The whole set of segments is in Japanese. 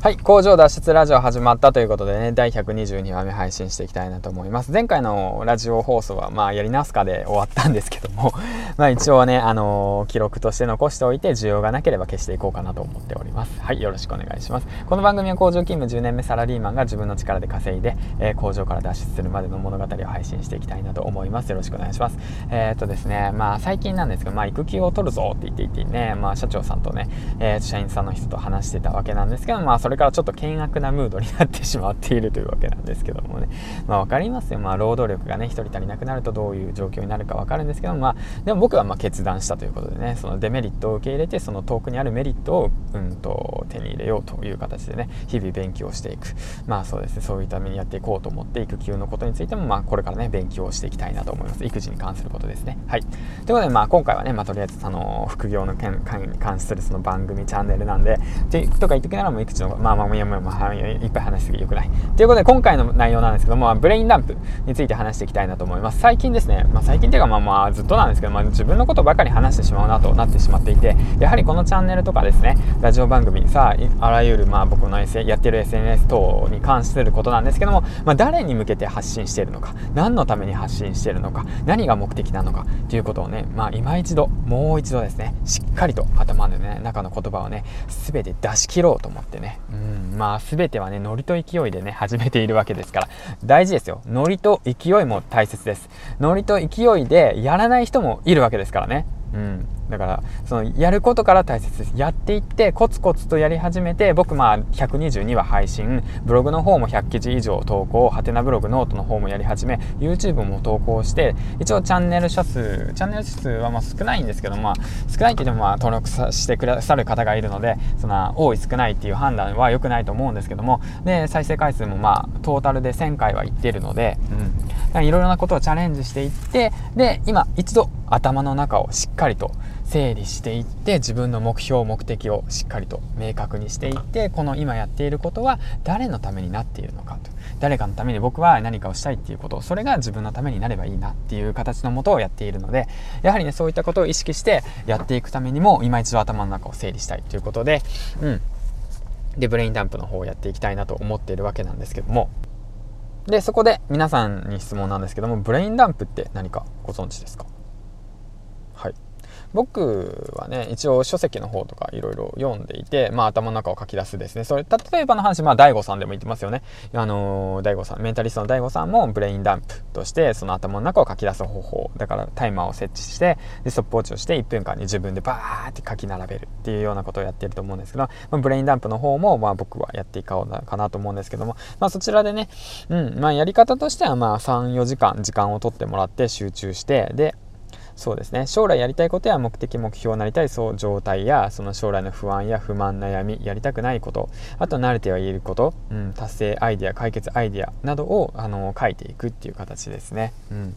はい、工場脱出ラジオ始まったということでね、第122話目配信していきたいなと思います。前回のラジオ放送はやり直すかで終わったんですけども一応ね、記録として残しておいて、需要がなければ消していこうかなと思っております。はい、よろしくお願いします。この番組は工場勤務10年目サラリーマンが自分の力で稼いで、工場から脱出するまでの物語を配信していきたいなと思います。よろしくお願いします。ですね、最近なんですけど、育休を取るぞって言っていてね、社長さんとね、社員さんの人と話してたわけなんですけど、それからちょっと険悪なムードになってしまっているというわけなんですけどもね、分かりますよ。労働力がね、一人足りなくなるとどういう状況になるか分かるんですけど、でも僕は決断したということでね、そのデメリットを受け入れて、その遠くにあるメリットを手に入れようという形でね、日々勉強していく。そうですね、そういうためにやっていこうと思って、育休のことについてもこれからね、勉強していきたいなと思います。育児に関することですね。はい。ということで今回はね、とりあえず副業の件に関するその番組チャンネルなんで、とか言っときながらも育児のいっぱい話しすぎよくないということで、今回の内容なんですけども、ブレインダンプについて話していきたいなと思います。最近ですね、最近っていうかずっとなんですけど、自分のことばかり話してしまうなとなってしまっていて、やはりこのチャンネルとかですね、ラジオ番組あらゆる僕のやってる SNS 等に関することなんですけども、誰に向けて発信しているのか、何のために発信しているのか、何が目的なのかということをね、もう一度ですね、しっかりと頭のね、中の言葉をね、全て出し切ろうと思ってね、全てはね、ノリと勢いでね、始めているわけですから、大事ですよ。ノリと勢いも大切です。ノリと勢いでやらない人もいるわけですからね。だからそのやることから大切です。やっていってコツコツとやり始めて、僕122話配信、ブログの方も100記事以上投稿、ハテナブログノートの方もやり始め、 YouTube も投稿して、一応チャンネル者数は少ないんですけど、少ないって言っても登録してくださる方がいるので、その多い少ないっていう判断は良くないと思うんですけども、で再生回数もトータルで1000回はいっているので、いろいろなことをチャレンジしていって、で今一度頭の中をしっかりと整理していって、自分の目標目的をしっかりと明確にしていって、この今やっていることは誰のためになっているのかと、誰かのために僕は何かをしたいっていうこと、それが自分のためになればいいなっていう形のもとをやっているので、やはりね、そういったことを意識してやっていくためにも、今一度頭の中を整理したいということで、でブレインダンプの方をやっていきたいなと思っているわけなんですけども、でそこで皆さんに質問なんですけども、ブレインダンプって何かご存知ですか？はい。僕はね、一応書籍の方とかいろいろ読んでいて、頭の中を書き出すですね。それ例えばの話、大悟さんでも言ってますよね。大悟さん、メンタリストの大悟さんもブレインダンプとして、その頭の中を書き出す方法だから、タイマーを設置して、でストップウォッチをして1分間に自分でバーって書き並べるっていうようなことをやっていると思うんですけど、ブレインダンプの方も僕はやっていこうかなと思うんですけども、そちらでね、やり方としては3、4時間を取ってもらって集中して、でそうですね、将来やりたいことや目的目標になりたい状態や、その将来の不安や不満悩み、やりたくないこと、あと慣れてはいること、達成アイデア、解決アイデアなどを書いていくっていう形ですね。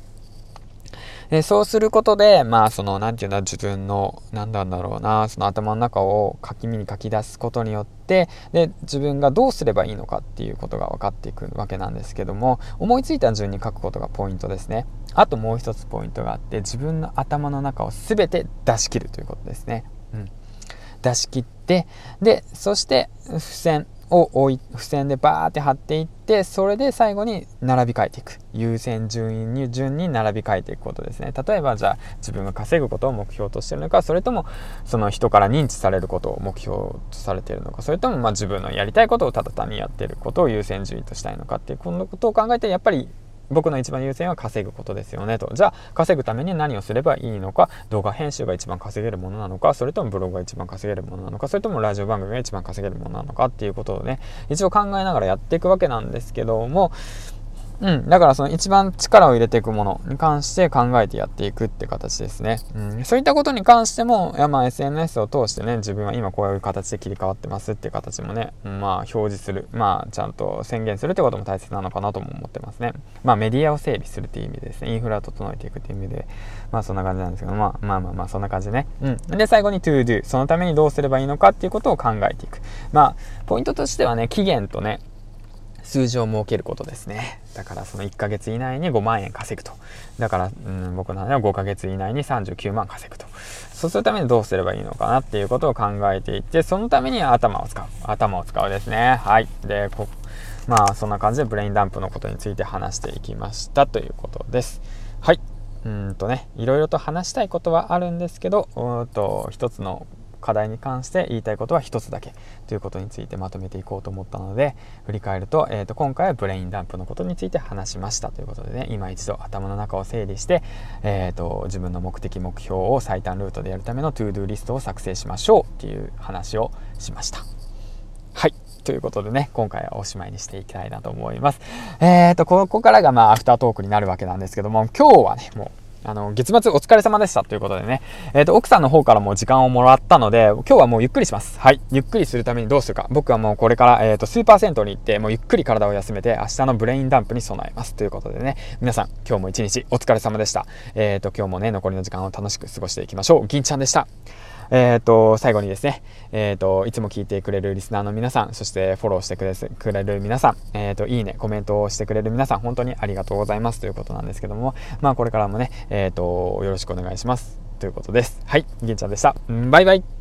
そうすることで、自分のその頭の中を紙に書き出すことによって、で自分がどうすればいいのかっていうことが分かっていくわけなんですけども、思いついた順に書くことがポイントですね。あともう一つポイントがあって、自分の頭の中を全て出し切るということですね。出し切って、でそして付箋でバーって貼っていって、それで最後に並び替えていく、優先順位順に並び替えていくことですね。例えばじゃあ自分が稼ぐことを目標としているのか、それともその人から認知されることを目標とされているのか、それとも自分のやりたいことをただ単にやっていることを優先順位としたいのかっていう、このことを考えて、やっぱり僕の一番優先は稼ぐことですよねと。じゃあ稼ぐために何をすればいいのか、動画編集が一番稼げるものなのか、それともブログが一番稼げるものなのか、それともラジオ番組が一番稼げるものなのかっていうことをね、一応考えながらやっていくわけなんですけども、だからその一番力を入れていくものに関して考えてやっていくって形ですね。そういったことに関しても、SNS を通してね、自分は今こういう形で切り替わってますっていう形もね、表示する、ちゃんと宣言するってことも大切なのかなとも思ってますね。メディアを整備するっていう意味でですね、インフラを整えていくっていう意味で、そんな感じなんですけど、そんな感じね。で最後に to do、 そのためにどうすればいいのかっていうことを考えていく。ポイントとしてはね、期限とね、 数字を設けることですね。だからその1ヶ月以内に5万円稼ぐと。だから、僕のは5ヶ月以内に39万稼ぐと。そうするためにどうすればいいのかなっていうことを考えていって、そのためには頭を使うですね。はい。で、そんな感じでブレインダンプのことについて話していきましたということです。はい。いろいろと話したいことはあるんですけど、一つの課題に関して言いたいことは一つだけということについてまとめていこうと思ったので、振り返ると、今回はブレインダンプのことについて話しましたということでね、今一度頭の中を整理して、自分の目的目標を最短ルートでやるためのトゥードゥーリストを作成しましょうっていう話をしました。はい、ということでね、今回はおしまいにしていきたいなと思います。ここからがアフタートークになるわけなんですけども、今日はね、もう月末お疲れ様でしたということでね、奥さんの方からも時間をもらったので、今日はもうゆっくりします。はい。ゆっくりするためにどうするか。僕はもうこれから、スーパー銭湯に行って、もうゆっくり体を休めて、明日のブレインダンプに備えます。ということでね、皆さん、今日も一日お疲れ様でした。今日もね、残りの時間を楽しく過ごしていきましょう。銀ちゃんでした。最後にですね、いつも聞いてくれるリスナーの皆さん、そしてフォローしてくれる皆さん、いいね、コメントをしてくれる皆さん、本当にありがとうございますということなんですけども、これからもね、よろしくお願いしますということです。はい、銀ちゃんでした。バイバイ。